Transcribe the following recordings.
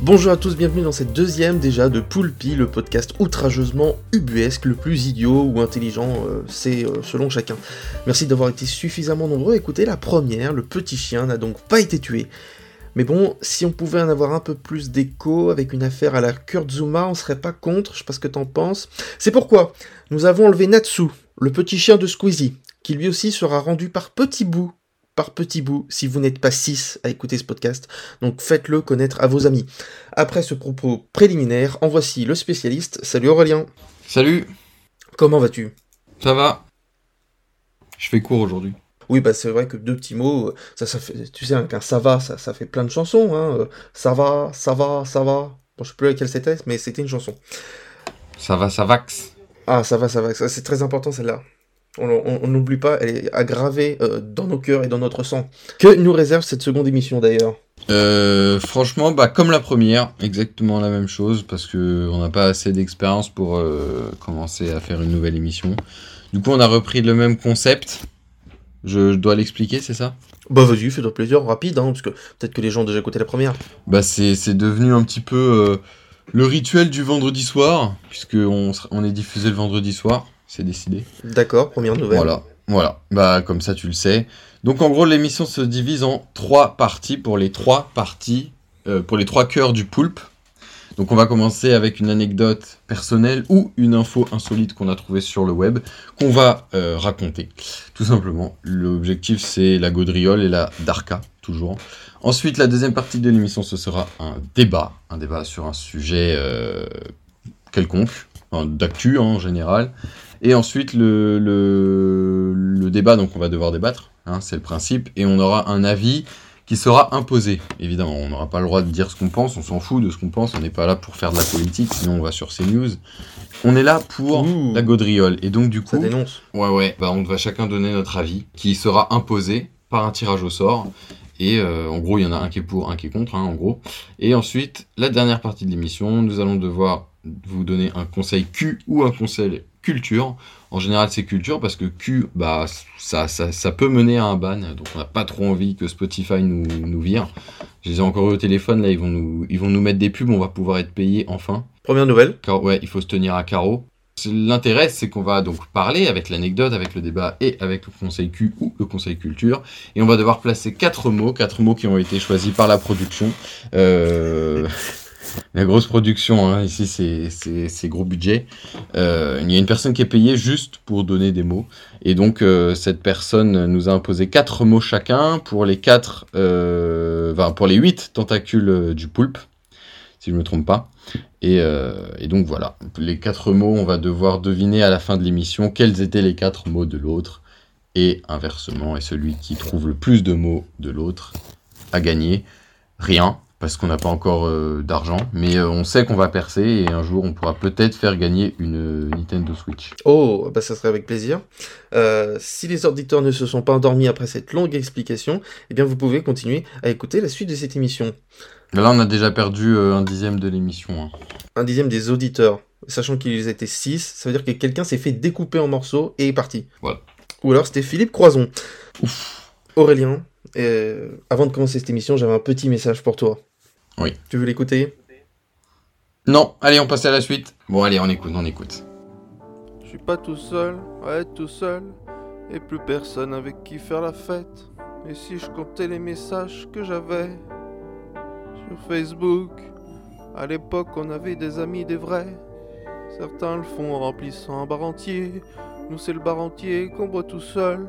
Bonjour à tous, bienvenue dans cette deuxième déjà de Poulpi, le podcast outrageusement ubuesque, le plus idiot ou intelligent, c'est selon chacun. Merci d'avoir été suffisamment nombreux à écouter la première, le petit chien n'a donc pas été tué. Mais bon, si on pouvait en avoir un peu plus d'écho avec une affaire à la Kurzuma, on serait pas contre, je sais pas ce que t'en penses. C'est pourquoi nous avons enlevé Natsu, le petit chien de Squeezie, qui lui aussi sera rendu par petits bouts, si vous n'êtes pas 6 à écouter ce podcast, donc faites-le connaître à vos amis. Après ce propos préliminaire, en voici le spécialiste. Salut Aurélien. Salut. Comment vas-tu ? Ça va. Je fais court aujourd'hui. Oui, bah c'est vrai que deux petits mots, ça fait, tu sais, avec un ça va, ça fait plein de chansons, hein. Ça va. Bon, je sais plus laquelle c'était, mais c'était une chanson. Ça va, ça vax. Ah, ça va, ça, c'est très important celle-là. On n'oublie pas, elle est aggravée dans nos cœurs et dans notre sang. Que nous réserve cette seconde émission d'ailleurs ? Franchement, comme la première, exactement la même chose, parce que on n'a pas assez d'expérience pour commencer à faire une nouvelle émission. Du coup, on a repris le même concept. Je dois l'expliquer, c'est ça ? Bah vas-y, fais-toi plaisir, rapide, hein, parce que peut-être que les gens ont déjà écouté la première. C'est devenu un petit peu le rituel du vendredi soir, puisqu'on est diffusé le vendredi soir. C'est décidé. D'accord, première nouvelle. Voilà. Comme ça, tu le sais. Donc, en gros, l'émission se divise en 3 parties pour les 3 cœurs du poulpe. Donc, on va commencer avec une anecdote personnelle ou une info insolite qu'on a trouvée sur le web, qu'on va raconter. Tout simplement. L'objectif, c'est la gaudriole et la darka, toujours. Ensuite, la deuxième partie de l'émission, ce sera un débat sur un sujet quelconque, d'actu en général. Et ensuite, le débat, donc on va devoir débattre, hein, c'est le principe, et on aura un avis qui sera imposé. Évidemment, on n'aura pas le droit de dire ce qu'on pense, on s'en fout de ce qu'on pense, on n'est pas là pour faire de la politique, sinon on va sur CNews. On est là pour la gaudriole, et donc du coup... Ça dénonce. Ouais, on va chacun donner notre avis, qui sera imposé par un tirage au sort, et en gros, il y en a un qui est pour, un qui est contre, hein, en gros. Et ensuite, la dernière partie de l'émission, nous allons devoir vous donner un conseil Q ou un conseil culture. En général, c'est culture parce que Q, ça peut mener à un ban, donc on n'a pas trop envie que Spotify nous vire. Je les ai encore eu au téléphone, là, ils vont nous mettre des pubs, on va pouvoir être payé enfin. Première nouvelle. Car ouais, il faut se tenir à carreau. L'intérêt, c'est qu'on va donc parler avec l'anecdote, avec le débat et avec le conseil Q ou le conseil culture. Et on va devoir placer 4 mots qui ont été choisis par la production. La grosse production, hein, ici, c'est gros budget. Il y a une personne qui est payée juste pour donner des mots. Et donc, cette personne nous a imposé 4 mots chacun pour les 8 tentacules du poulpe, si je ne me trompe pas. Et donc, voilà. Les 4 mots, on va devoir deviner à la fin de l'émission quels étaient les 4 mots de l'autre. Et inversement, et celui qui trouve le plus de mots de l'autre a gagné. Rien. Parce qu'on n'a pas encore d'argent, mais on sait qu'on va percer et un jour on pourra peut-être faire gagner une Nintendo Switch. Oh, ça serait avec plaisir. Si les auditeurs ne se sont pas endormis après cette longue explication, eh bien vous pouvez continuer à écouter la suite de cette émission. Là on a déjà perdu 1/10 de l'émission. 1/10 des auditeurs, sachant qu'ils étaient 6, ça veut dire que quelqu'un s'est fait découper en morceaux et est parti. Voilà. Ou alors c'était Philippe Croison. Ouf. Aurélien, avant de commencer cette émission, j'avais un petit message pour toi. Oui. Tu veux l'écouter ? Non, allez, on passe à la suite. Bon, allez, on écoute. Je suis pas tout seul, à être tout seul, et plus personne avec qui faire la fête. Et si je comptais les messages que j'avais sur Facebook, à l'époque on avait des amis, des vrais. Certains le font en remplissant un bar entier, nous c'est le bar entier qu'on boit tout seul.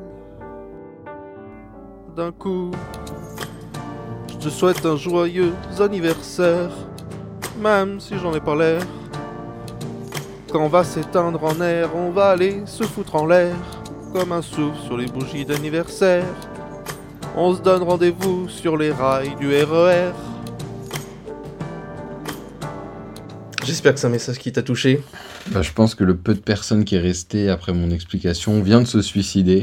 D'un coup, je te souhaite un joyeux anniversaire, même si j'en ai pas l'air. Quand on va s'éteindre en air, on va aller se foutre en l'air, comme un souffle sur les bougies d'anniversaire. On se donne rendez-vous sur les rails du RER. J'espère que c'est un message qui t'a touché. Je pense que le peu de personnes qui est resté après mon explication vient de se suicider.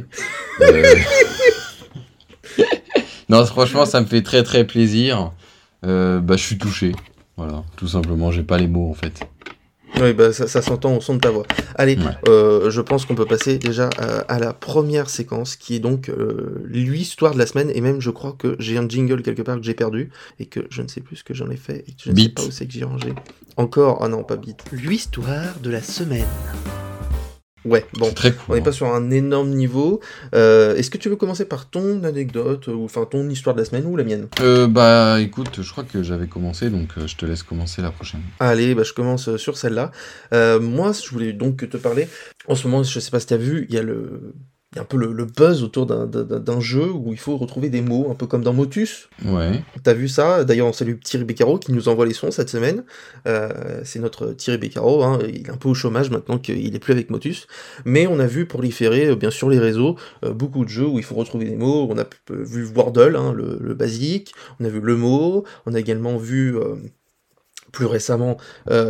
Non, franchement, ça me fait très très plaisir. Je suis touché. Voilà, tout simplement, j'ai pas les mots en fait. Oui, bah ça s'entend au son de ta voix. Allez, Ouais. je pense qu'on peut passer déjà à la première séquence, qui est donc l'histoire de la semaine, et même je crois que j'ai un jingle quelque part que j'ai perdu, et que je ne sais plus ce que j'en ai fait, et que je ne sais pas où Beat. c'est que j'ai rangé. Encore, ah non, pas bite. L'histoire de la semaine. Ouais, bon, C'est très on cool. n'est pas sur un énorme niveau. Est-ce que tu veux commencer par ton anecdote, ou enfin ton histoire de la semaine, ou la mienne? Bah écoute, je crois que j'avais commencé, donc je te laisse commencer la prochaine. Allez, bah, je commence sur celle-là. Moi, je voulais donc te parler. En ce moment, je sais pas si tu as vu, il y a un peu le buzz autour d'un jeu où il faut retrouver des mots, un peu comme dans Motus. Ouais. T'as vu ça? D'ailleurs, on salue Thierry Beccaro qui nous envoie les sons cette semaine. C'est notre Thierry Beccaro, hein. Il est un peu au chômage maintenant qu'il est plus avec Motus. Mais on a vu proliférer, bien sûr, les réseaux, beaucoup de jeux où il faut retrouver des mots. On a vu Wordle, hein, le basique. On a vu le mot. On a également vu... plus récemment,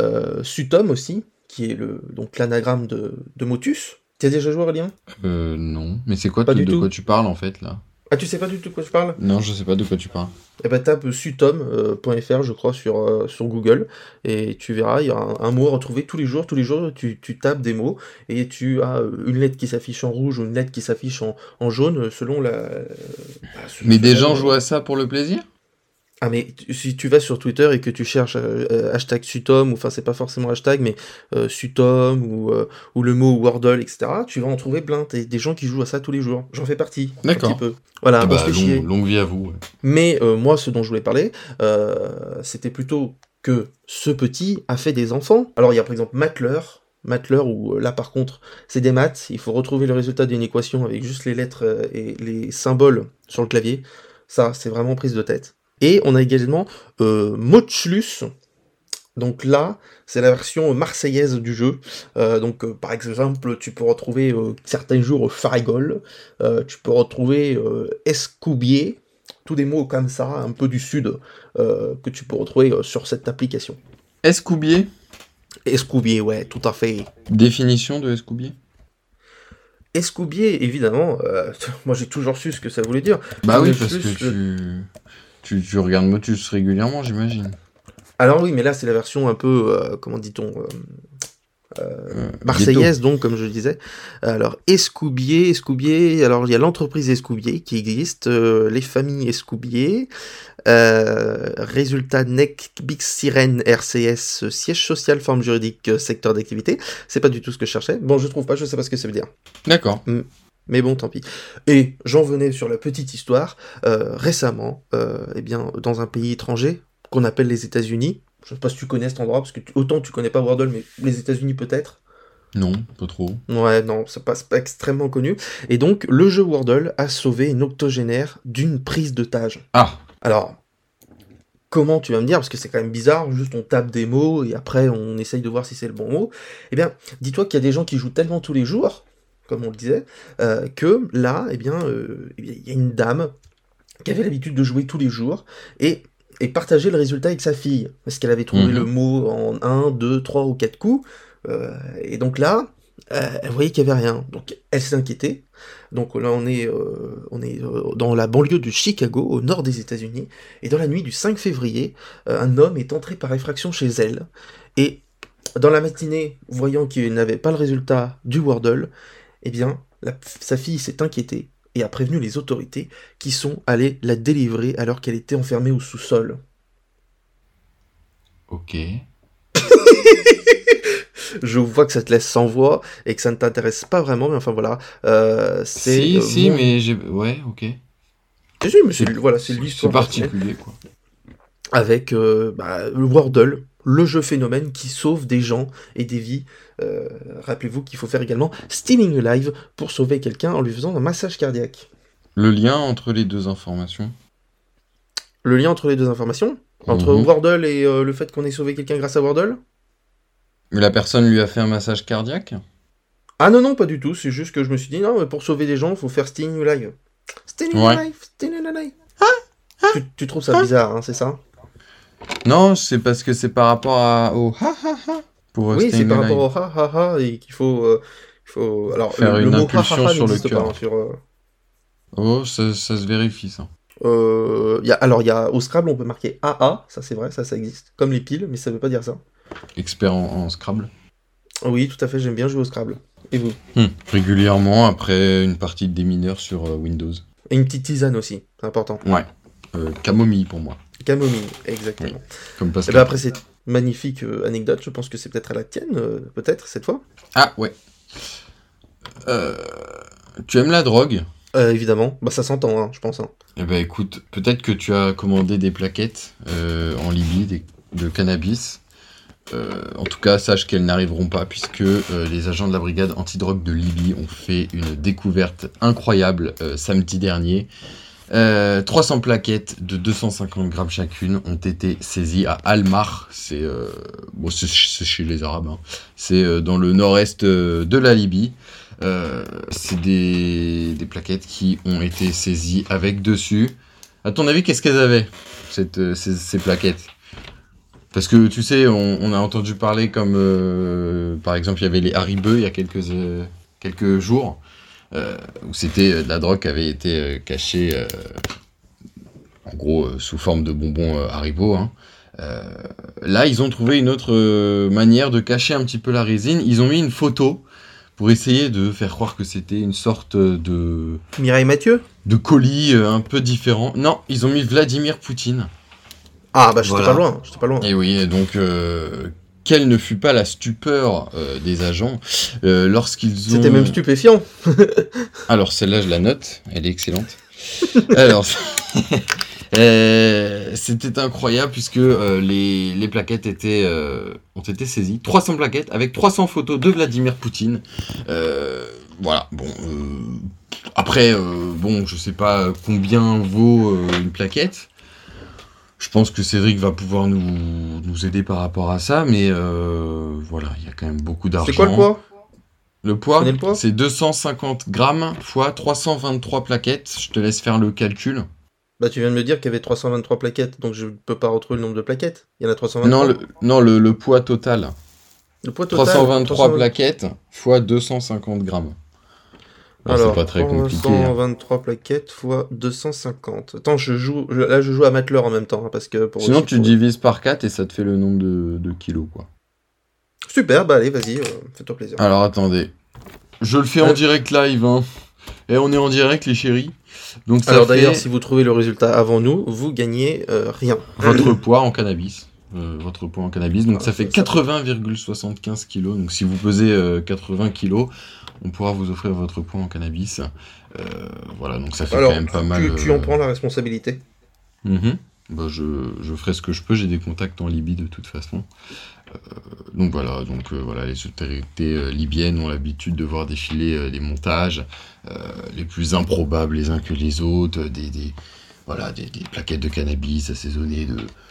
Sutom aussi, qui est donc l'anagramme de Motus. Tu as déjà joué, Aurélien? Non. Mais c'est quoi Pas du de tout. quoi tu parles en fait là? Ah, tu sais pas du tout de quoi je parle? Non, je sais pas de quoi tu parles. Eh ben tape sutom.fr, je crois, sur Google, et tu verras, il y a un mot à retrouver tous les jours, tu tapes des mots, et tu as une lettre qui s'affiche en rouge ou une lettre qui s'affiche en jaune, selon Mais des selon, gens jouent à ça pour le plaisir? Ah mais si tu vas sur Twitter et que tu cherches hashtag Sutom, ou enfin c'est pas forcément hashtag, mais Sutom, ou le mot Wordle, etc., tu vas en trouver plein. T'as des gens qui jouent à ça tous les jours. J'en fais partie, un petit D'accord. peu. Voilà, Ah on se bah fait chier. longue vie à vous. Ouais. Mais moi, ce dont je voulais parler, c'était plutôt que ce petit a fait des enfants. Alors il y a par exemple Matleur, où là par contre c'est des maths, il faut retrouver le résultat d'une équation avec juste les lettres et les symboles sur le clavier. Ça, c'est vraiment prise de tête. Et on a également Motchlus. Donc là, c'est la version marseillaise du jeu. Par exemple, tu peux retrouver certains jours Farigole, tu peux retrouver Escoubier, tous des mots comme ça, un peu du sud, que tu peux retrouver sur cette application. Escoubier? Escoubier, ouais, tout à fait. Définition de escoubier? Escoubier, évidemment, moi j'ai toujours su ce que ça voulait dire. Bah oui, Mais parce plus que tu regardes Motus régulièrement, j'imagine. Alors oui, mais là c'est la version un peu, comment dit-on, marseillaise, donc, comme je le disais. Alors, Escoubier, alors il y a l'entreprise Escoubier qui existe, les familles Escoubier, résultat NEC, Big Sirène, RCS, siège social, forme juridique, secteur d'activité. C'est pas du tout ce que je cherchais. Bon, je trouve pas, je sais pas ce que ça veut dire. D'accord. Mais bon, tant pis. Et j'en venais sur la petite histoire. Récemment, eh bien, dans un pays étranger, qu'on appelle les États-Unis, je sais pas si tu connais cet endroit, parce que autant tu connais pas Wordle, mais les États-Unis peut-être. Non, pas trop. Ouais, non, c'est pas extrêmement connu. Et donc, le jeu Wordle a sauvé une octogénaire d'une prise d'otage. Ah, Alors, comment tu vas me dire, parce que c'est quand même bizarre, juste on tape des mots et après on essaye de voir si c'est le bon mot. Eh bien, dis-toi qu'il y a des gens qui jouent tellement tous les jours, comme on le disait, que là, eh bien, il y a une dame qui avait l'habitude de jouer tous les jours et partager le résultat avec sa fille, parce qu'elle avait trouvé le mot en 1, 2, 3 ou 4 coups, et donc là, elle voyait qu'il n'y avait rien, donc elle s'est inquiétée. Donc là on est dans la banlieue de Chicago, au nord des États-Unis, et dans la nuit du 5 février, un homme est entré par effraction chez elle, et dans la matinée, voyant qu'il n'avait pas le résultat du Wordle, eh bien, sa fille s'est inquiétée, et a prévenu les autorités qui sont allées la délivrer alors qu'elle était enfermée au sous-sol. ok. Je vois que ça te laisse sans voix et que ça ne t'intéresse pas vraiment, mais enfin voilà. C'est Si, mais j'ai... Ouais, ok. Si, mais c'est l'histoire. C'est particulier, quoi. Avec le Wordle, le jeu phénomène qui sauve des gens et des vies. Rappelez-vous qu'il faut faire également Stealing Live pour sauver quelqu'un en lui faisant un massage cardiaque. Le lien entre les deux informations? Le lien entre les deux informations, entre Wordle et le fait qu'on ait sauvé quelqu'un grâce à Wordle. Mais la personne lui a fait un massage cardiaque? Ah non, pas du tout, c'est juste que je me suis dit, non, mais pour sauver des gens, il faut faire Stealing Live. Stealing Live. Tu trouves ça bizarre, hein, c'est ça? Non, c'est parce que c'est par rapport au ha. Pour Oui, c'est Staying par Alive. rapport au ha et qu'il faut... Alors, Faire le une mot impulsion ha sur le n'existe pas, cœur. hein, sur... Oh, ça se vérifie, ça. Au Scrabble, on peut marquer AA, ça c'est vrai, ça existe. Comme les piles, mais ça veut pas dire ça. Expert en Scrabble. Oui, tout à fait, j'aime bien jouer au Scrabble. Et vous? Régulièrement, après une partie de démineur sur Windows. Et une petite tisane aussi, c'est important. Ouais. Camomille pour moi. Camomille, Oui, exactement. comme Et Pascal. ben après cette magnifique anecdote, je pense que c'est peut-être à la tienne, peut-être, cette fois. Ah, ouais. Tu aimes la drogue? Évidemment, bah ça s'entend, hein, je pense. Hein. Eh ben écoute, peut-être que tu as commandé des plaquettes en Libye de cannabis. En tout cas, sache qu'elles n'arriveront pas puisque les agents de la brigade antidrogue de Libye ont fait une découverte incroyable samedi dernier. 300 plaquettes de 250 grammes chacune ont été saisies à Almar. C'est chez les Arabes. Hein. C'est dans le nord-est de la Libye. C'est des plaquettes qui ont été saisies avec dessus. À ton avis, qu'est-ce qu'elles avaient, ces plaquettes? Parce que tu sais, on a entendu parler comme, par exemple, il y avait les Haribo il y a quelques jours, où c'était de la drogue qui avait été cachée, en gros, sous forme de bonbons Haribo. Hein. Là, ils ont trouvé une autre manière de cacher un petit peu la résine. Ils ont mis une photo pour essayer de faire croire que c'était une sorte de Mireille Mathieu? colis un peu différent. Non, ils ont mis Vladimir Poutine. Ah bah j'étais Voilà. pas loin. Et oui, donc quelle ne fut pas la stupeur des agents lorsqu'ils ont... C'était même stupéfiant. Alors celle-là, je la note, elle est excellente. Alors, c'était incroyable puisque les plaquettes ont été saisies. 300 plaquettes avec 300 photos de Vladimir Poutine. Voilà, bon... Après, bon, je sais pas combien vaut une plaquette. Je pense que Cédric va pouvoir nous aider par rapport à ça, mais voilà, il y a quand même beaucoup d'argent. C'est quoi le poids? Le poids, Connais le poids c'est 250 grammes fois 323 plaquettes. Je te laisse faire le calcul. Bah tu viens de me dire qu'il y avait 323 plaquettes, donc je peux pas retrouver le nombre de plaquettes. Il y en a 323. Non, le poids total. Le poids total. 323 plaquettes fois 250 grammes. Bon, Alors, c'est pas très compliqué. Hein. 323 plaquettes fois 250. Attends, je joue à Matleur en même temps, hein, parce que Sinon, tu divises par 4 et ça te fait le nombre de kilos, quoi. Super, bah allez, vas-y, fais-toi plaisir. Alors, attendez. Je le fais en direct live, hein. Et on est en direct, les chéris. Donc, ça Alors fait d'ailleurs, si vous trouvez le résultat avant nous, vous gagnez rien. votre poids en cannabis. Donc, ça fait ça 80,75 kilos. Donc, si vous pesez 80 kilos, on pourra vous offrir votre poids en cannabis. Voilà, donc ça fait Alors, quand même pas mal. tu en prends la responsabilité. Bah, je ferai ce que je peux, j'ai des contacts en Libye de toute façon. Donc voilà, les autorités libyennes ont l'habitude de voir défiler des montages les plus improbables les uns que les autres, des plaquettes de cannabis assaisonnées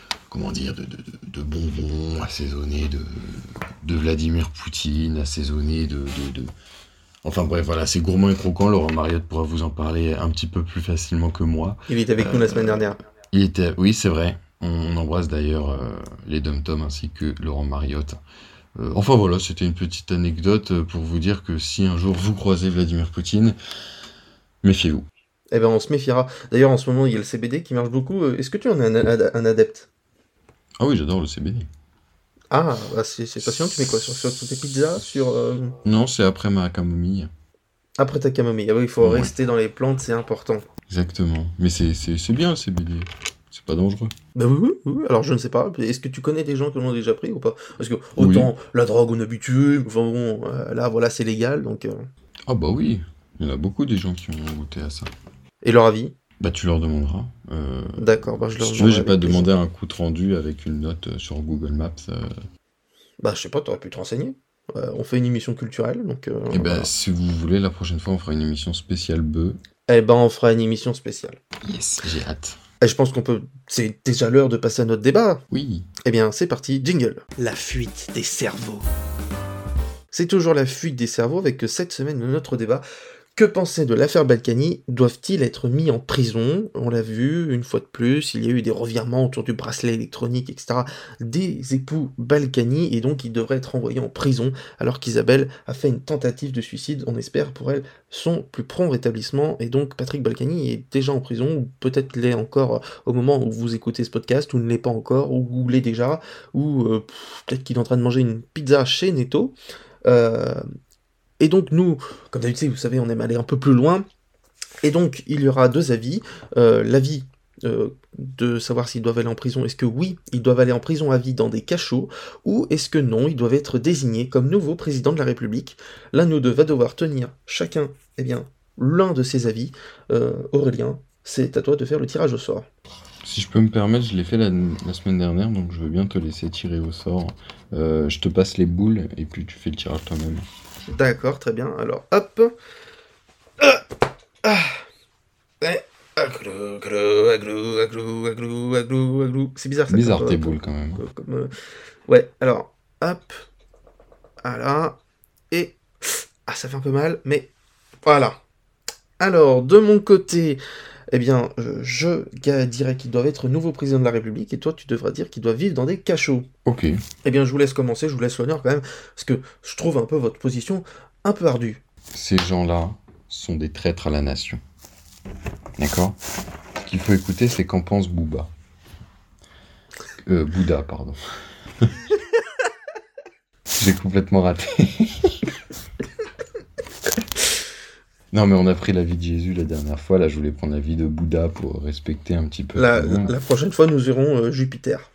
de bonbons, assaisonnées de Vladimir Poutine, assaisonnées de... Enfin bref, voilà, c'est gourmand et croquant. Laurent Mariotte pourra vous en parler un petit peu plus facilement que moi. Il était avec nous la semaine dernière. Oui, c'est vrai. On embrasse d'ailleurs les Dom-Tom ainsi que Laurent Mariotte. Enfin voilà, c'était une petite anecdote pour vous dire que si un jour vous croisez Vladimir Poutine, méfiez-vous. Eh ben on se méfiera. D'ailleurs, en ce moment, il y a le CBD qui marche beaucoup. Est-ce que tu en es un adepte? Ah oui, j'adore le CBD. Ah, bah c'est patient, tu mets quoi sur tes pizzas Non, c'est après ma camomille. Après ta camomille. Ah oui, il faut Ouais. rester dans les plantes, c'est important. Exactement. Mais c'est bien le CBD. C'est pas dangereux. Bah oui. Alors je ne sais pas. Est-ce que tu connais des gens qui l'ont déjà pris ou pas? Parce que autant la drogue on est habitué, enfin bon, là voilà c'est légal donc. Ah bah oui, il y en a beaucoup des gens qui ont goûté à ça. Et leur avis? Bah tu leur demanderas. D'accord, bah je leur Si tu veux, j'ai demanderai pas avec demandé un compte rendu avec une note sur Google Maps. Bah je sais pas, t'aurais pu te renseigner. On fait une émission culturelle donc. Et ben Voilà. si vous voulez, la prochaine fois on fera une émission spéciale bœuf. Eh ben on fera une émission spéciale. Yes, j'ai hâte. Et je pense qu'on peut. C'est déjà l'heure de passer à notre débat. Oui. Eh bien c'est parti, jingle. La fuite des cerveaux. C'est toujours la fuite des cerveaux avec cette semaine notre débat. Que penser de l'affaire Balkany? Doivent-ils être mis en prison? On l'a vu, une fois de plus, il y a eu des revirements autour du bracelet électronique, etc. des époux Balkany, et donc ils devraient être envoyés en prison, alors qu'Isabelle a fait une tentative de suicide, on espère pour elle son plus prompt rétablissement, et donc Patrick Balkany est déjà en prison, ou peut-être l'est encore au moment où vous écoutez ce podcast, ou ne l'est pas encore, ou l'est déjà, ou peut-être qu'il est en train de manger une pizza chez Netto. Et donc nous, comme d'habitude, vous savez, on aime aller un peu plus loin. Et donc il y aura 2 avis. L'avis de savoir s'ils doivent aller en prison, est-ce que oui, ils doivent aller en prison à vie dans des cachots, ou est-ce que non, ils doivent être désignés comme nouveau président de la République. L'un de nous deux va devoir tenir chacun, l'un de ces avis. Aurélien, c'est à toi de faire le tirage au sort. Si je peux me permettre, je l'ai fait la semaine dernière, donc je veux bien te laisser tirer au sort. Je te passe les boules, et puis tu fais le tirage toi-même. D'accord, très bien. Alors, hop. Aglou. C'est bizarre ça. Bizarre tes boules quand même. Ouais, alors, hop. Voilà. Et... ça fait un peu mal, mais... Voilà. Alors, de mon côté... je dirais qu'ils doivent être nouveau président de la République, et toi, tu devras dire qu'ils doivent vivre dans des cachots. Ok. Je vous laisse commencer, je vous laisse l'honneur quand même, parce que je trouve un peu votre position un peu ardue. Ces gens-là sont des traîtres à la nation. D'accord ? Ce qu'il faut écouter, c'est qu'en pense Bouddha, pardon. J'ai complètement raté. Non, mais on a pris l'avis de Jésus la dernière fois. Là, je voulais prendre l'avis de Bouddha pour respecter un petit peu. La prochaine fois, nous irons Jupiter.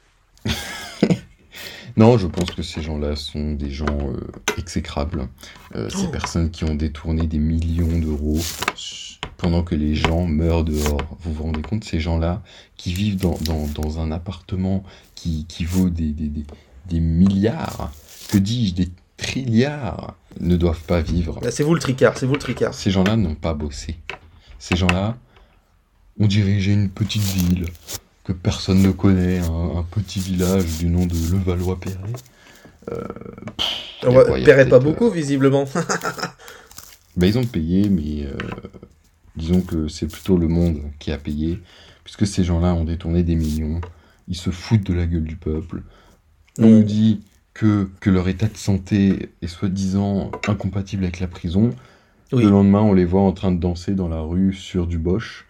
Non, je pense que ces gens-là sont des gens exécrables. Ces personnes qui ont détourné des millions d'euros pendant que les gens meurent dehors. Vous vous rendez compte, ces gens-là qui vivent dans un appartement qui vaut des milliards, que dis-je, des trilliards, ne doivent pas vivre. Là, c'est vous le tricard. Ces gens-là n'ont pas bossé. Ces gens-là ont dirigé une petite ville que personne ne connaît, un petit village du nom de Levallois-Perret. Perret pas beaucoup, visiblement. Ils ont payé, mais disons que c'est plutôt le monde qui a payé, puisque ces gens-là ont détourné des millions, ils se foutent de la gueule du peuple. On nous dit que leur état de santé est soi-disant incompatible avec la prison. Oui. Le lendemain, on les voit en train de danser dans la rue sur du Bosch.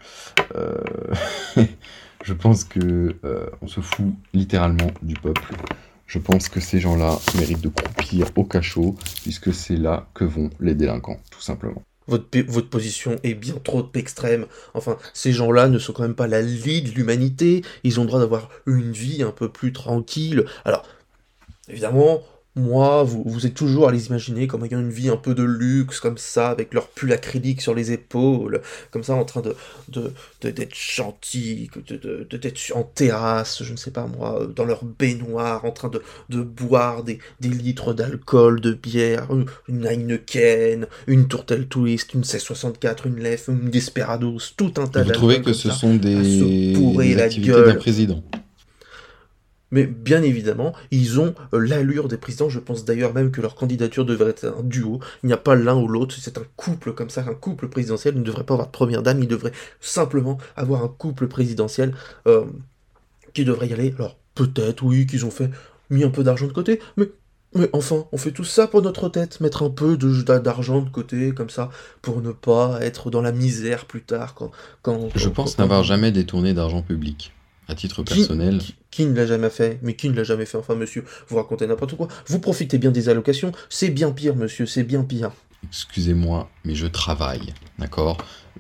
Je pense que on se fout littéralement du peuple. Je pense que ces gens-là méritent de croupir au cachot, puisque c'est là que vont les délinquants, tout simplement. Votre position est bien trop extrême. Enfin, ces gens-là ne sont quand même pas la lie de l'humanité. Ils ont le droit d'avoir une vie un peu plus tranquille. Alors, évidemment... Moi, vous êtes toujours à les imaginer comme ayant une vie un peu de luxe, comme ça, avec leur pull acrylique sur les épaules, comme ça, en train d'être gentils, d'être en terrasse, je ne sais pas moi, dans leur baignoire, en train de boire des litres d'alcool, de bière, une Heineken, une Tourtel Twist, une 1664, une Lef, une Desperados, tout un tas d'alcool. Vous trouvez que ce sont des activités d'un président ? Mais bien évidemment, ils ont l'allure des présidents. Je pense d'ailleurs même que leur candidature devrait être un duo. Il n'y a pas l'un ou l'autre, c'est un couple comme ça, un couple présidentiel. Il ne devrait pas avoir de première dame, il devrait simplement avoir un couple présidentiel qui devrait y aller. Alors peut-être, oui, qu'ils ont mis un peu d'argent de côté, mais enfin, on fait tout ça pour notre tête, mettre un peu d'argent de côté, comme ça, pour ne pas être dans la misère plus tard. Je pense n'avoir jamais détourné d'argent public. À titre personnel. Qui ne l'a jamais fait ? Mais qui ne l'a jamais fait ? Enfin, monsieur, vous racontez n'importe quoi. Vous profitez bien des allocations. C'est bien pire, monsieur, c'est bien pire. Excusez-moi, mais je travaille, d'accord ?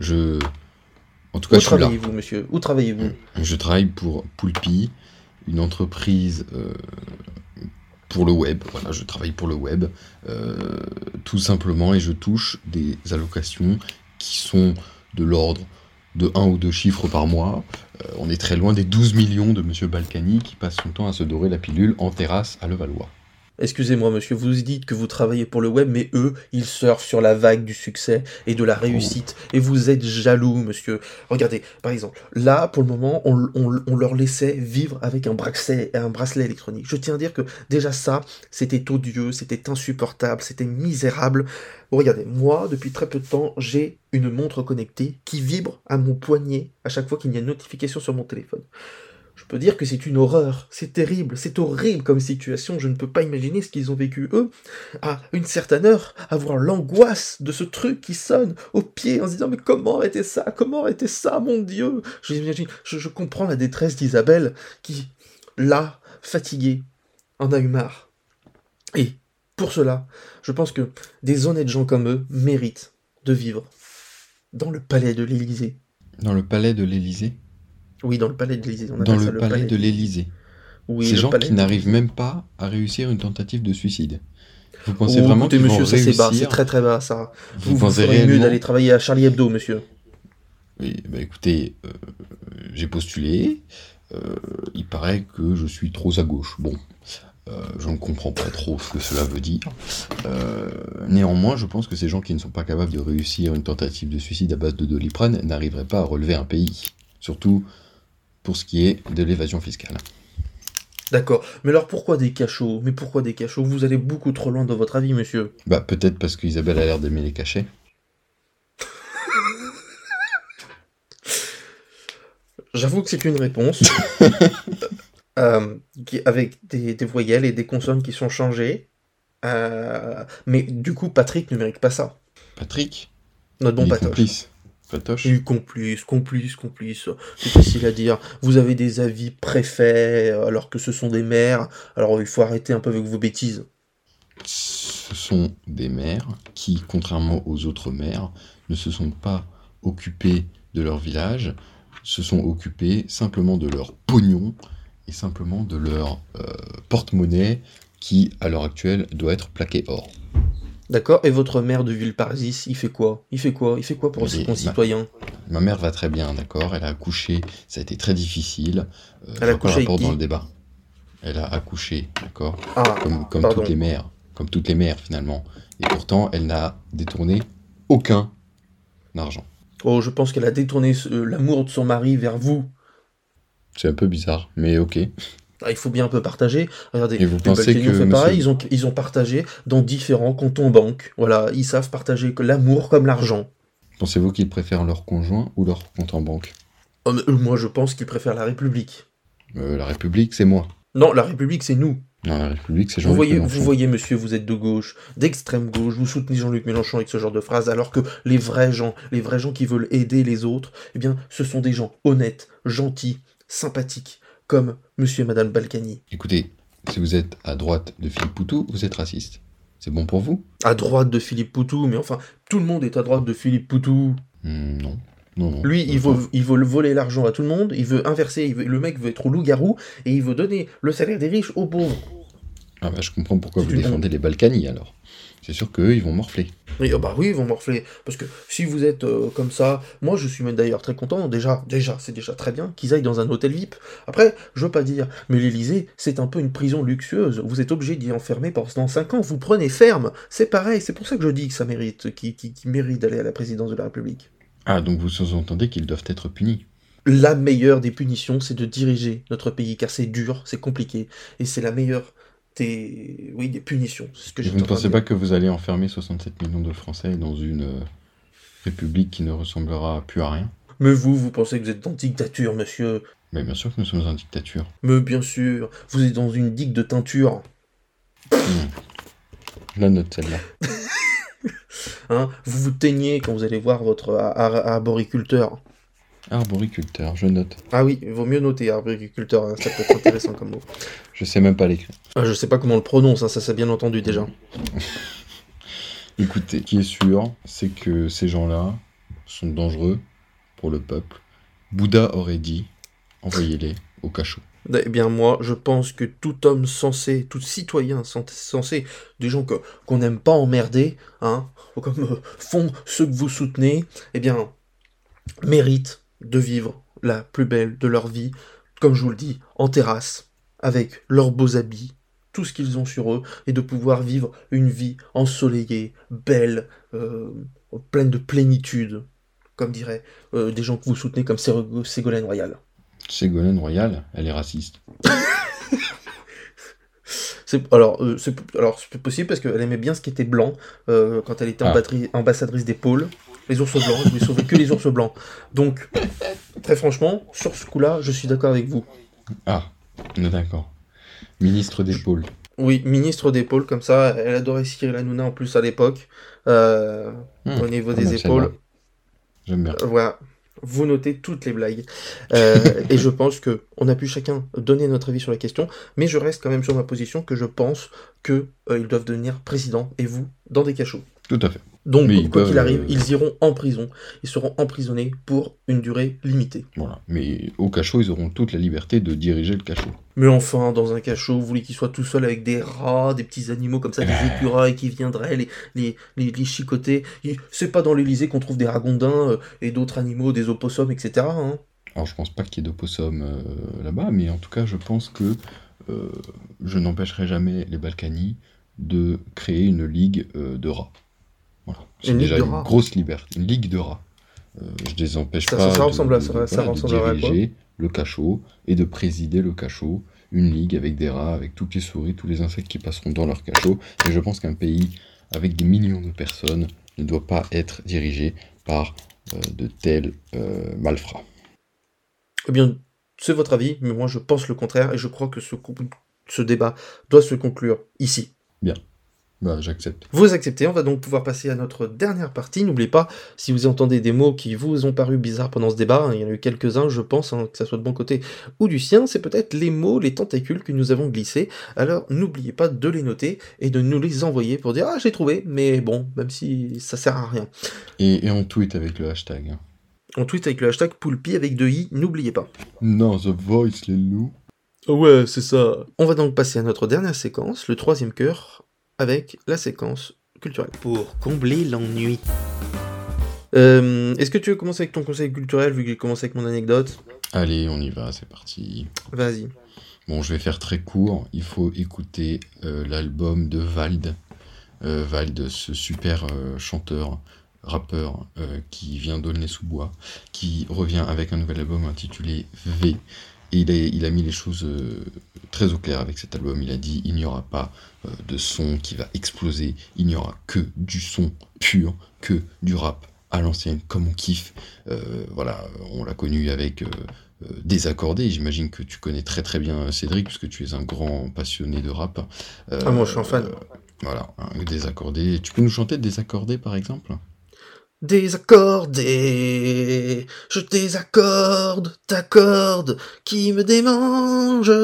En tout cas, Où travaillez-vous, monsieur ? Où travaillez-vous ? Je travaille pour Poulpi, une entreprise pour le web. Voilà, je travaille pour le web, tout simplement, et je touche des allocations qui sont de l'ordre de 1 ou 2 chiffres par mois. On est très loin des 12 millions de monsieur Balkany qui passe son temps à se dorer la pilule en terrasse à Levallois. Excusez-moi, monsieur, vous dites que vous travaillez pour le web, mais eux, ils surfent sur la vague du succès et de la réussite. Et vous êtes jaloux, monsieur. Regardez, par exemple, là, pour le moment, on leur laissait vivre avec un bracelet électronique. Je tiens à dire que déjà ça, c'était odieux, c'était insupportable, c'était misérable. Bon, regardez, moi, depuis très peu de temps, j'ai une montre connectée qui vibre à mon poignet à chaque fois qu'il y a une notification sur mon téléphone. Je peux dire que c'est une horreur, c'est terrible, c'est horrible comme situation, je ne peux pas imaginer ce qu'ils ont vécu eux, à une certaine heure, avoir l'angoisse de ce truc qui sonne au pied en se disant « Mais comment arrêter ça, mon Dieu ?» J'imagine, je comprends la détresse d'Isabelle qui, là, fatiguée, en a eu marre. Et Pour cela, je pense que des honnêtes gens comme eux méritent de vivre dans le palais de l'Élysée. Dans le palais de l'Élysée? Oui, dans le palais de l'Élysée, on Dans appelle ça le le palais de de l'Élysée. l'Élysée. Oui, Ces le gens palais qui de n'arrivent l'Élysée. même pas à réussir une tentative de suicide. Vous pensez Oh, vraiment écoutez, qu'ils vont monsieur, ça c'est bas, c'est réussir? très très bas, ça. Vous Vous pensez ferez mieux réellement? d'aller travailler à Charlie Hebdo, monsieur. Oui, bah écoutez, j'ai postulé. Il paraît que je suis trop à gauche. Bon, je ne comprends pas trop ce que cela veut dire. Néanmoins, je pense que ces gens qui ne sont pas capables de réussir une tentative de suicide à base de Doliprane n'arriveraient pas à relever un pays. Surtout pour ce qui est de l'évasion fiscale. D'accord, mais alors pourquoi des cachots? Mais pourquoi des cachots? Vous allez beaucoup trop loin dans votre avis, monsieur. Bah peut-être parce qu'Isabelle a l'air d'aimer les cachets. J'avoue que c'est une réponse avec des voyelles et des consonnes qui sont changées. Mais du coup, Patrick ne mérite pas ça. Patrick, Notre bon il est Patoche. complice. Patoche. Oui, complice. C'est facile à dire. Vous avez des avis préfets alors que ce sont des maires. Alors il faut arrêter un peu avec vos bêtises. Ce sont des maires qui, contrairement aux autres maires, ne se sont pas occupés de leur village, se sont occupés simplement de leur pognon et simplement de leur porte-monnaie qui, à l'heure actuelle, doit être plaqué or. D'accord? Et votre maire de Villeparisis, il fait quoi? Il fait quoi pour ses Et concitoyens? ma mère va très bien, d'accord? Elle a accouché, ça a été très difficile. Elle je vois pas le a accouché avec rapport qui? dans le débat. Elle a accouché, d'accord? Ah, Comme pardon. toutes les mères finalement. Et pourtant, elle n'a détourné aucun argent. Oh, je pense qu'elle a détourné l'amour de son mari vers vous. C'est un peu bizarre, mais ok. Ah, il faut bien un peu partager. Regardez, Et vous les pensez Balkany que ont fait monsieur- pareil, ils ont partagé dans différents comptes en banque. Voilà, ils savent partager que l'amour comme l'argent. Pensez-vous qu'ils préfèrent leur conjoint ou leur compte en banque? Oh, mais, moi, je pense qu'ils préfèrent la République. La République, c'est moi. Non, la République, c'est nous. Non, la République, c'est Vous Jean-Luc voyez, Mélenchon. vous voyez, monsieur, vous êtes de gauche, d'extrême gauche, vous soutenez Jean-Luc Mélenchon avec ce genre de phrase, alors que les vrais gens qui veulent aider les autres, eh bien, ce sont des gens honnêtes, gentils, sympathiques, comme monsieur et madame Balkany. Écoutez, si vous êtes à droite de Philippe Poutou, vous êtes raciste. C'est bon pour vous? À droite de Philippe Poutou, mais enfin, tout le monde est à droite de Philippe Poutou. Non. Non. Lui, il veut voler l'argent à tout le monde, il veut inverser, le mec veut être au loup-garou, et il veut donner le salaire des riches aux pauvres. Ah bah je comprends pourquoi C'est vous une défendez les Balkany alors. C'est sûr qu'eux, ils vont morfler. Et, bah oui, ils vont morfler. Parce que si vous êtes comme ça, moi je suis même d'ailleurs très content, c'est déjà très bien qu'ils aillent dans un hôtel VIP. Après, je veux pas dire, mais l'Élysée, c'est un peu une prison luxueuse. Vous êtes obligé d'y enfermer pendant 5 ans, vous prenez ferme. C'est pareil, c'est pour ça que je dis que ça mérite, qu'ils méritent d'aller à la présidence de la République. Ah, donc vous sous-entendez qu'ils doivent être punis. La meilleure des punitions, c'est de diriger notre pays, car c'est dur, c'est compliqué, et c'est la meilleure des punitions. C'est ce que Et j'ai vous ne pensez pas que vous allez enfermer 67 millions de Français dans une république qui ne ressemblera plus à rien? Mais vous pensez que vous êtes en dictature, monsieur? Mais bien sûr que nous sommes en dictature. Mais bien sûr, vous êtes dans une digue de teinture. La note celle-là. Hein, vous vous teignez quand vous allez voir votre arboriculteur. Arboriculteur, je note. Ah oui, il vaut mieux noter arboriculteur, hein, ça peut être intéressant comme mot. Je sais même pas l'écrire. Ah, je sais pas comment on le prononce, hein, ça c'est bien entendu déjà. Écoutez, ce qui est sûr, c'est que ces gens-là sont dangereux pour le peuple. Bouddha aurait dit, envoyez-les au cachot. Eh bien moi, je pense que tout homme sensé, tout citoyen sensé, des gens qu'on n'aime pas emmerder, hein, comme font ceux que vous soutenez, eh bien, méritent de vivre la plus belle de leur vie, comme je vous le dis, en terrasse, avec leurs beaux habits, tout ce qu'ils ont sur eux, et de pouvoir vivre une vie ensoleillée, belle, pleine de plénitude, comme diraient des gens que vous soutenez comme Ségolène Royal. Ségolène Royal, elle est raciste. C'est possible parce qu'elle aimait bien ce qui était blanc quand elle était ambassadrice des pôles. Les ours blancs, je voulais sauver que les ours blancs. Donc, très franchement, sur ce coup-là, je suis d'accord avec vous. Ah, on est d'accord. Ministre des pôles. Oui, ministre des pôles, comme ça, elle adorait Cyril Hanouna en plus à l'époque, au niveau des épaules. J'aime bien. Voilà. Vous notez toutes les blagues. Et je pense que on a pu chacun donner notre avis sur la question, mais je reste quand même sur ma position que je pense que ils doivent devenir président, et vous, dans des cachots. Tout à fait. Donc, Mais ils quoi peuvent, qu'il arrive, ils iront en prison. Ils seront emprisonnés pour une durée limitée. Voilà. Mais au cachot, ils auront toute la liberté de diriger le cachot. Mais enfin, dans un cachot, vous voulez qu'il soit tout seul avec des rats, des petits animaux comme ça, des écureuils qui viendraient les chicoter. C'est pas dans l'Elysée qu'on trouve des ragondins et d'autres animaux, des opossums, etc. Hein. Alors, je pense pas qu'il y ait d'opossum là-bas, mais en tout cas, je pense que je n'empêcherai jamais les Balkany de créer une ligue de rats. Voilà. C'est Une ligue déjà de une rats. grosse liberté. Une ligue de rats. Je les empêche Ça pas ressemble à ça, voilà, ça de ressemblerait à quoi? diriger le cachot et de présider le cachot, une ligue avec des rats, avec toutes les souris, tous les insectes qui passeront dans leur cachot. Et je pense qu'un pays avec des millions de personnes ne doit pas être dirigé par de tels malfrats. Eh bien, c'est votre avis, mais moi je pense le contraire, et je crois que ce débat doit se conclure ici. Bien. Bah, j'accepte. Vous acceptez, on va donc pouvoir passer à notre dernière partie. N'oubliez pas, si vous entendez des mots qui vous ont paru bizarres pendant ce débat, il y en a eu quelques-uns, je pense, que ça soit de mon côté ou du sien, c'est peut-être les mots, les tentacules que nous avons glissés. Alors n'oubliez pas de les noter et de nous les envoyer pour dire « Ah, j'ai trouvé », mais bon, même si ça sert à rien. Et on tweet avec le hashtag. Hein. On tweet avec le hashtag Poulpi avec 2 i, n'oubliez pas. Non, The Voice, les loups. Ah ouais, c'est ça. On va donc passer à notre dernière séquence, le 3e cœur, avec la séquence culturelle. Pour combler l'ennui. Est-ce que tu veux commencer avec ton conseil culturel, vu que j'ai commencé avec mon anecdote? Allez, on y va, c'est parti. Vas-y. Bon, je vais faire très court. Il faut écouter l'album de Vald. Vald, ce super chanteur, rappeur qui vient d'Aulnay-sous-Bois, qui revient avec un nouvel album intitulé V. Et il a mis les choses très au clair avec cet album. Il a dit il n'y aura pas de son qui va exploser, il n'y aura que du son pur, que du rap à l'ancienne, comme on kiffe. Voilà, on l'a connu avec Désaccordé. J'imagine que tu connais très très bien Cédric, puisque tu es un grand passionné de rap. Moi je suis un fan. Voilà, Désaccordé. Tu peux nous chanter Désaccordé par exemple ? Désaccordé, je désaccorde ta corde qui me démange.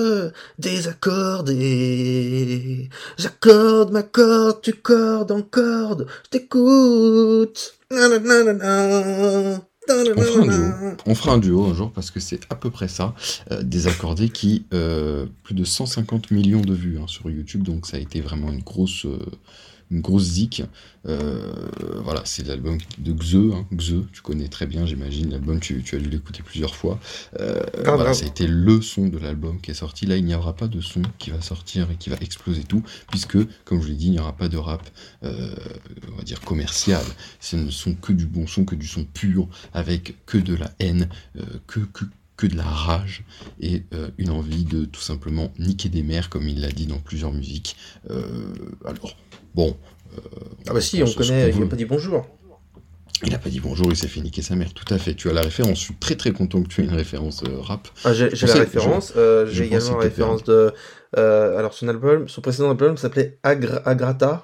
Désaccordé, j'accorde ma corde, tu cordes en corde, je t'écoute. Nananana. On fera un duo un jour parce que c'est à peu près ça. Désaccordé qui plus de 150 millions de vues sur YouTube, donc ça a été vraiment une grosse zik. Voilà, c'est l'album de Xe, Xe, tu connais très bien, j'imagine, l'album, tu as dû l'écouter plusieurs fois. Voilà, ça a été le son de l'album qui est sorti. Là, il n'y aura pas de son qui va sortir et qui va exploser tout, puisque, comme je l'ai dit, il n'y aura pas de rap, on va dire, commercial. Ce ne sont que du bon son, que du son pur, avec que de la haine, que de la rage et une envie de tout simplement niquer des mères, comme il l'a dit dans plusieurs musiques. Alors, bon... ah bah si, on connaît, il n'a pas dit bonjour. Il n'a pas dit bonjour, il s'est fait niquer sa mère, tout à fait. Tu as la référence, je suis très très content que tu aies une référence rap. Ah, j'ai la référence, j'ai également la référence de... alors son précédent album s'appelait Agrata.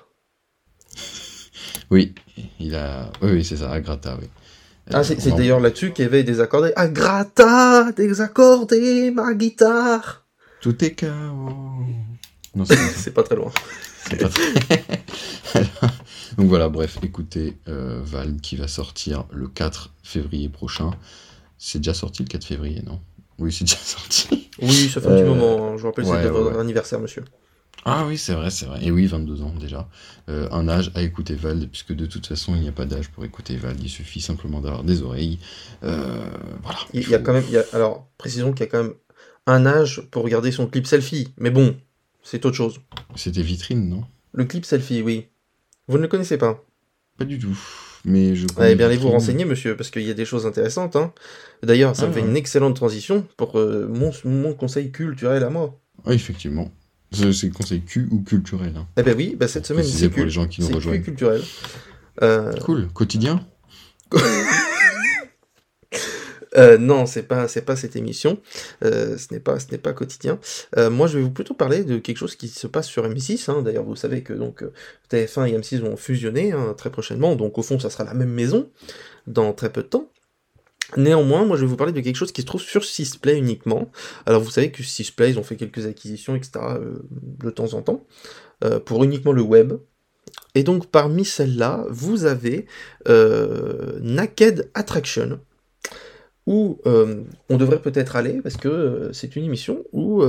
Oui, oui, c'est ça, Agrata, oui. Ah, c'est d'ailleurs là-dessus qu'il y avait désaccordé. Agrata, désaccordé, ma guitare. Tout est chaos. Non, c'est pas très loin. C'est pas très... Donc voilà, bref, écoutez Vald qui va sortir le 4 février prochain. C'est déjà sorti le 4 février, non ? Oui, c'est déjà sorti. Oui, ça fait un petit moment. Je vous rappelle, c'était votre anniversaire, monsieur. Ah oui, c'est vrai. Et oui, 22 ans déjà. Un âge à écouter Vald, puisque de toute façon, il n'y a pas d'âge pour écouter Vald. Il suffit simplement d'avoir des oreilles. Voilà. Il y a quand même... Alors, précisons qu'il y a quand même un âge pour regarder son clip selfie. Mais bon, c'est autre chose. C'était Vitrine, non ? Le clip selfie, oui. Vous ne le connaissez pas ? Pas du tout. Mais je connais. Eh bien, allez vous renseigner, monsieur, parce qu'il y a des choses intéressantes. D'ailleurs, ça me fait une excellente transition pour mon conseil culturel à moi. Oui, effectivement. C'est conseil Q ou culturel. Eh ben oui, cette semaine, c'est pour les gens qui nous rejoignent. Q culturel. Cool. Quotidien ? Non, c'est pas cette émission. Ce n'est pas quotidien. Moi, je vais vous plutôt parler de quelque chose qui se passe sur M6. D'ailleurs, vous savez que donc TF1 et M6 vont fusionner très prochainement. Donc, au fond, ça sera la même maison dans très peu de temps. Néanmoins, moi je vais vous parler de quelque chose qui se trouve sur Sysplay uniquement. Alors vous savez que Sysplay, ils ont fait quelques acquisitions, etc. De temps en temps, pour uniquement le web. Et donc parmi celles-là, vous avez Naked Attraction, où on devrait peut-être aller, parce que c'est une émission où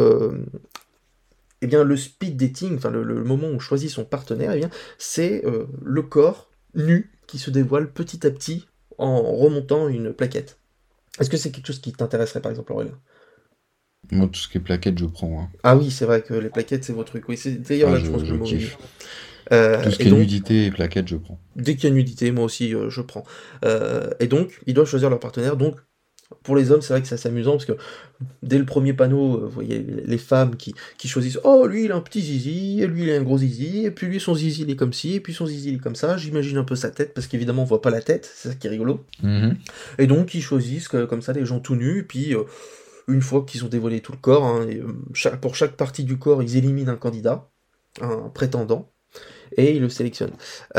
eh bien, le speed dating, enfin le moment où on choisit son partenaire, eh bien, c'est le corps nu qui se dévoile petit à petit en remontant une plaquette. Est-ce que c'est quelque chose qui t'intéresserait par exemple, Aurélien? Moi, tout ce qui est plaquette, je prends. Hein. Ah oui, c'est vrai que les plaquettes c'est votre truc. Oui, c'est d'ailleurs là je pense que je le mot est venu. kiffe. Tout ce Et qui est donc, nudité et plaquette, je prends. dès qu'il y a nudité, moi aussi je prends. Et donc, ils doivent choisir leur partenaire. Donc, pour les hommes, c'est vrai que c'est assez amusant parce que dès le premier panneau, vous voyez les femmes qui choisissent oh, lui il a un petit zizi, et lui il a un gros zizi, et puis lui son zizi il est comme ci, et puis son zizi il est comme ça. J'imagine un peu sa tête parce qu'évidemment on voit pas la tête, c'est ça qui est rigolo. Et donc ils choisissent comme ça des gens tout nus, et puis une fois qu'ils ont dévoilé tout le corps, hein, et, pour chaque partie du corps, ils éliminent un candidat, un prétendant. Et ils le sélectionnent.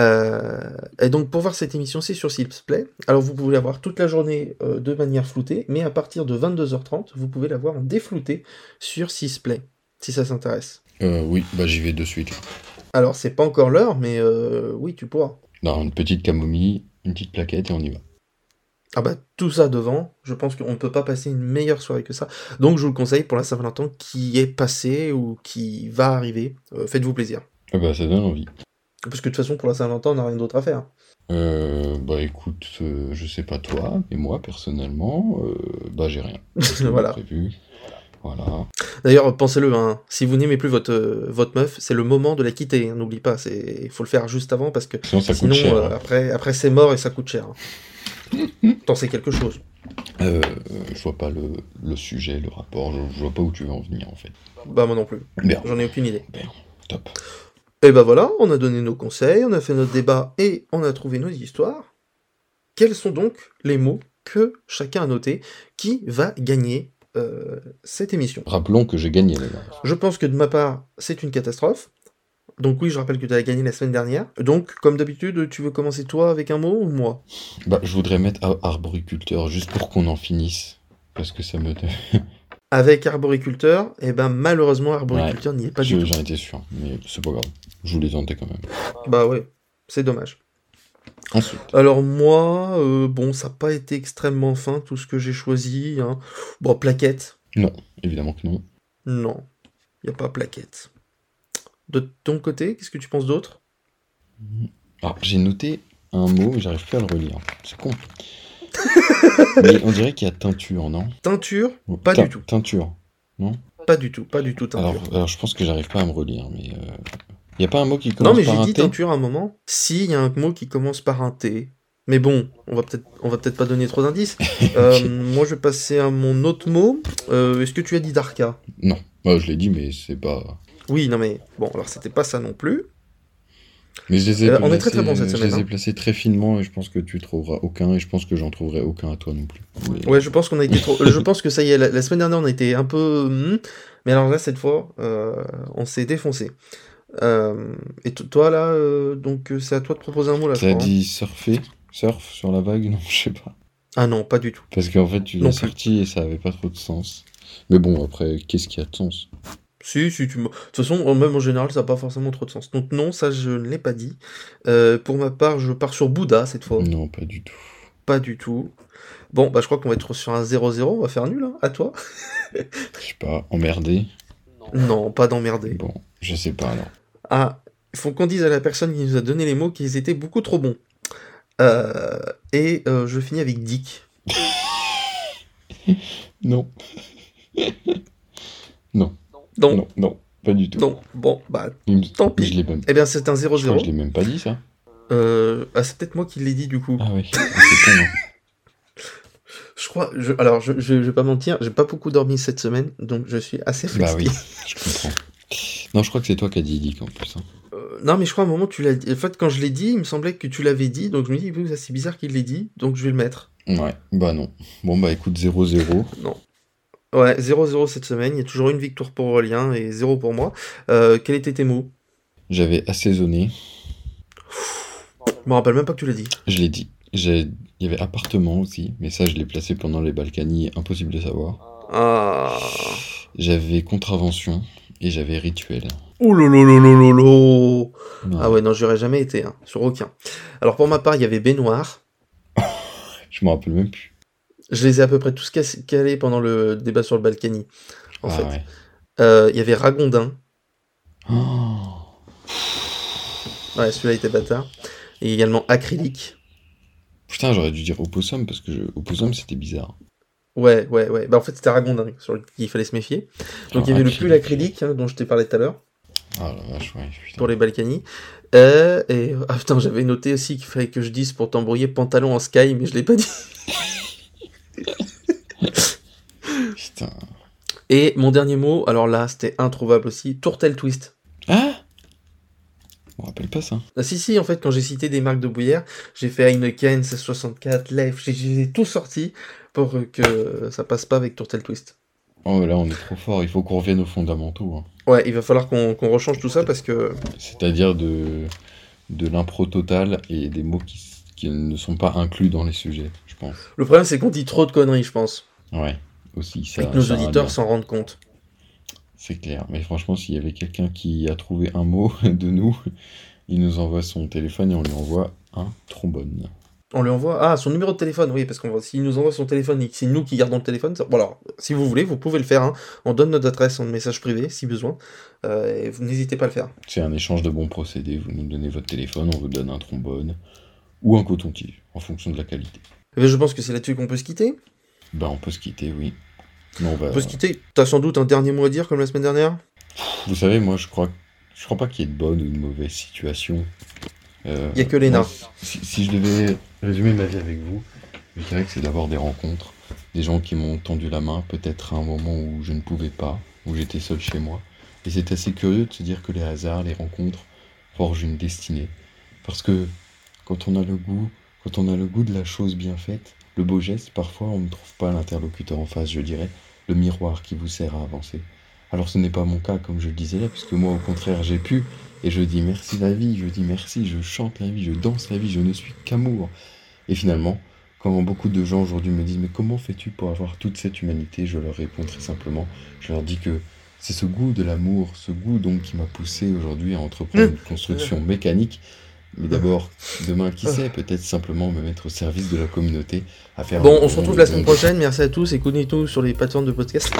Et donc pour voir cette émission, c'est sur Sysplay. Alors vous pouvez la voir toute la journée de manière floutée, mais à partir de 22h30, vous pouvez la voir en déflouté sur Sysplay, si ça s'intéresse. Oui, bah j'y vais de suite. Alors c'est pas encore l'heure, mais oui, tu pourras. Non, une petite camomille, une petite plaquette et on y va. Ah bah tout ça devant, je pense qu'on ne peut pas passer une meilleure soirée que ça. Donc je vous le conseille pour la Saint-Valentin qui est passée ou qui va arriver. Faites-vous plaisir. Ah bah ça donne envie. Parce que de toute façon, pour la Saint-Valentin, on n'a rien d'autre à faire. Bah écoute, je sais pas toi, mais moi personnellement, bah j'ai rien. Voilà. Prévu. Voilà. D'ailleurs, pensez-le, hein, si vous n'aimez plus votre meuf, c'est le moment de la quitter, hein, n'oublie pas, il faut le faire juste avant parce que Sinon ça coûte cher. Après c'est mort et ça coûte cher. Hein. T'en sais quelque chose. Je vois pas le sujet, le rapport, je vois pas où tu veux en venir en fait. Bah moi non plus, Bien. j'en ai aucune idée. Bien. Top. Et bah voilà, on a donné nos conseils, on a fait notre débat et on a trouvé nos histoires. Quels sont donc les mots que chacun a notés qui va gagner cette émission? Rappelons que j'ai gagné là. Je pense que de ma part, c'est une catastrophe. Donc oui, je rappelle que tu as gagné la semaine dernière. Donc, comme d'habitude, tu veux commencer toi avec un mot ou moi? Bah, je voudrais mettre arboriculteur juste pour qu'on en finisse. Parce que ça me... Avec arboriculteur, et ben malheureusement, arboriculteur n'y est pas du tout. J'en étais sûr, mais c'est pas grave. Je voulais tenter quand même. Bah ouais, c'est dommage. Ensuite. Alors moi, bon, ça n'a pas été extrêmement fin, tout ce que j'ai choisi. Hein. Bon, plaquette. Non, évidemment que non. Non, il n'y a pas plaquette. De ton côté, qu'est-ce que tu penses d'autre? Ah, j'ai noté un mot, mais j'arrive plus à le relire. C'est con. Mais on dirait qu'il y a teinture, non? Teinture? Pas du tout. Teinture, non? Pas du tout teinture. Alors je pense que j'arrive pas à me relire, mais... Il y a pas un mot qui commence par un T? Non, mais j'ai dit teinture à un moment. Si, il y a un mot qui commence par un T. Mais bon, on va peut-être pas donner trop d'indices. Moi, je vais passer à mon autre mot. Est-ce que tu as dit Darka? Non, je l'ai dit, mais c'est pas... Oui, non mais... Bon, alors c'était pas ça non plus. Mais je les ai placés, on est très très bon cette semaine. Je les ai placés très finement et je pense que tu trouveras aucun et je pense que j'en trouverai aucun à toi non plus. Mais... Ouais, je pense qu'on a été trop... je pense que ça y est, la semaine dernière on a été un peu... Mais alors là, cette fois, on s'est défoncé. Et toi là, donc c'est à toi de proposer un mot là. T'as dit surfer? Surf sur la vague? Non, je sais pas. Ah non, pas du tout. Parce qu'en fait tu l'as sorti et ça avait pas trop de sens. Mais bon, après, qu'est-ce qui a de sens? Si, de toute façon, même en général, ça n'a pas forcément trop de sens. Donc non, ça je ne l'ai pas dit. Pour ma part, je pars sur Bouddha cette fois. Non, pas du tout. Pas du tout. Bon, bah je crois qu'on va être sur un 0-0, on va faire nul, hein. À toi. Je sais pas, emmerdé? Non, pas d'emmerdé. Bon, je sais pas alors. Ah, il faut qu'on dise à la personne qui nous a donné les mots qu'ils étaient beaucoup trop bons. Je finis avec Dick. Non. Non. Non. Non, pas du tout. Non, bon, bah, tant pis. Je l'ai même... Eh bien, c'est un 0-0. Je crois que je l'ai même pas dit, ça. C'est peut-être moi qui l'ai dit, du coup. Ah oui, c'est con, hein. Je crois... Alors, je vais pas mentir, j'ai pas beaucoup dormi cette semaine, donc je suis assez fatigué. Bah oui, je comprends. Non, je crois que c'est toi qui as dit Dick, en plus. Hein. Non, mais je crois à un moment, tu l'as dit. En fait, quand je l'ai dit, il me semblait que tu l'avais dit, donc je me dis, c'est bizarre qu'il l'ait dit, donc je vais le mettre. Ouais, bah non. Bon, bah écoute, 0-0. Non. Ouais, 0-0 cette semaine, il y a toujours une victoire pour Aurélien et 0 pour moi. Quels étaient tes mots? J'avais assaisonné. Je me rappelle même pas que tu l'as dit. Je l'ai dit. Il y avait appartement aussi, mais ça je l'ai placé pendant les Balkany, impossible de savoir. Ah. J'avais contravention et j'avais rituel. Ouh lolo. Ouais. Ah ouais, non, j'aurais jamais été, hein, sur aucun. Alors pour ma part, il y avait baignoire. Je me rappelle même plus. Je les ai à peu près tous calés pendant le débat sur le Balkany, en fait. Ouais. Il y avait ragondin. Oh. Ouais, celui-là était bâtard. Et également acrylique. Putain, j'aurais dû dire opossum parce que opossum c'était bizarre. Ouais. Bah en fait, c'était ragondin sur lequel il fallait se méfier. Donc il y avait le pull acrylique, hein, dont je t'ai parlé tout à l'heure. Ah la vache, ouais, putain. Pour les Balkany. Putain, j'avais noté aussi qu'il fallait que je dise pour t'embrouiller pantalon en sky, mais je l'ai pas dit. Putain. Et mon dernier mot, alors là, c'était introuvable aussi, tourtel twist. Ah, on me rappelle pas ça. Ah, si, en fait, quand j'ai cité des marques de bouillère, j'ai fait Heineken, 1664, Leif, j'ai tout sorti pour que ça passe pas avec tourtel twist. Oh là, on est trop fort, il faut qu'on revienne aux fondamentaux. Hein. Ouais, il va falloir qu'on rechange tout ça parce que... C'est-à-dire de l'impro totale et des mots qui ne sont pas inclus dans les sujets, je pense. Le problème, c'est qu'on dit trop de conneries, je pense. Ouais, aussi, ça. Et que nos ça va auditeurs bien. s'en rendent compte. C'est clair, mais franchement, s'il y avait quelqu'un qui a trouvé un mot de nous, il nous envoie son téléphone et on lui envoie un trombone. On lui envoie... Ah, son numéro de téléphone, oui, parce s'il nous envoie son téléphone et que c'est nous qui gardons le téléphone... Bon, alors, si vous voulez, vous pouvez le faire. Hein. On donne notre adresse en message privé, si besoin. Et vous n'hésitez pas à le faire. C'est un échange de bons procédés, vous nous donnez votre téléphone, on vous donne un trombone ou un coton-tige, en fonction de la qualité. Mais je pense que c'est là-dessus qu'on peut se quitter. Ben, on peut se quitter, oui. Mais on va... On peut se quitter. T'as sans doute un dernier mot à dire, comme la semaine dernière ? Vous savez, moi, je crois pas qu'il y ait de bonne ou de mauvaise situation. Il y a que les nains. Si je devais résumer ma vie avec vous, je dirais que c'est d'avoir des rencontres, des gens qui m'ont tendu la main, peut-être à un moment où je ne pouvais pas, où j'étais seul chez moi. Et c'est assez curieux de se dire que les hasards, les rencontres, forgent une destinée. Parce que quand on a le goût de la chose bien faite, le beau geste, parfois on ne trouve pas l'interlocuteur en face, je dirais, le miroir qui vous sert à avancer. Alors ce n'est pas mon cas, comme je le disais là, puisque moi au contraire j'ai pu, et je dis merci la vie, je dis merci, je chante la vie, je danse la vie, je ne suis qu'amour. Et finalement, quand beaucoup de gens aujourd'hui me disent mais comment fais-tu pour avoir toute cette humanité, je leur réponds très simplement, je leur dis que c'est ce goût de l'amour, ce goût donc qui m'a poussé aujourd'hui à entreprendre une construction mécanique. Mais d'abord, demain, qui sait, peut-être simplement me mettre au service de la communauté, à faire... Bon, on se retrouve la semaine prochaine, merci à tous, écoutez-nous sur les plateformes de podcast.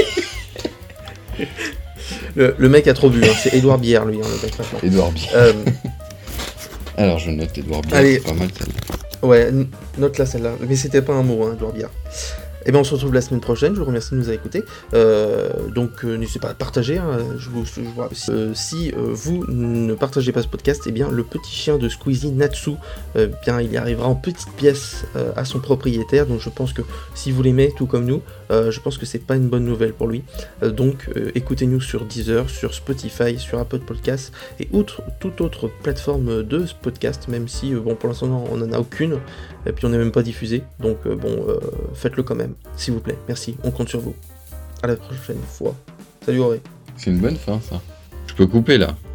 le mec a trop bu, hein. C'est Édouard Bière, lui, hein, le mec maintenant. Édouard Bière. Alors je note Édouard Bière, allez. c'est pas mal celle-là. Ouais, note là celle-là, mais c'était pas un mot, hein, Édouard Bière. Et bien on se retrouve la semaine prochaine, je vous remercie de nous avoir écoutés. Donc n'hésitez pas à partager, hein, si vous ne partagez pas ce podcast, et bien le petit chien de Squeezie, Natsu, bien il y arrivera en petite pièce à son propriétaire, donc je pense que si vous l'aimez, tout comme nous, je pense que c'est pas une bonne nouvelle pour lui. Donc écoutez-nous sur Deezer, sur Spotify, sur Apple Podcasts, et outre toute autre plateforme de ce podcast, même si bon pour l'instant on n'en a aucune, et puis on n'est même pas diffusé, donc faites-le quand même. S'il vous plaît, merci, on compte sur vous. À la prochaine fois. Salut Auré. C'est une bonne fin ça. Je peux couper là.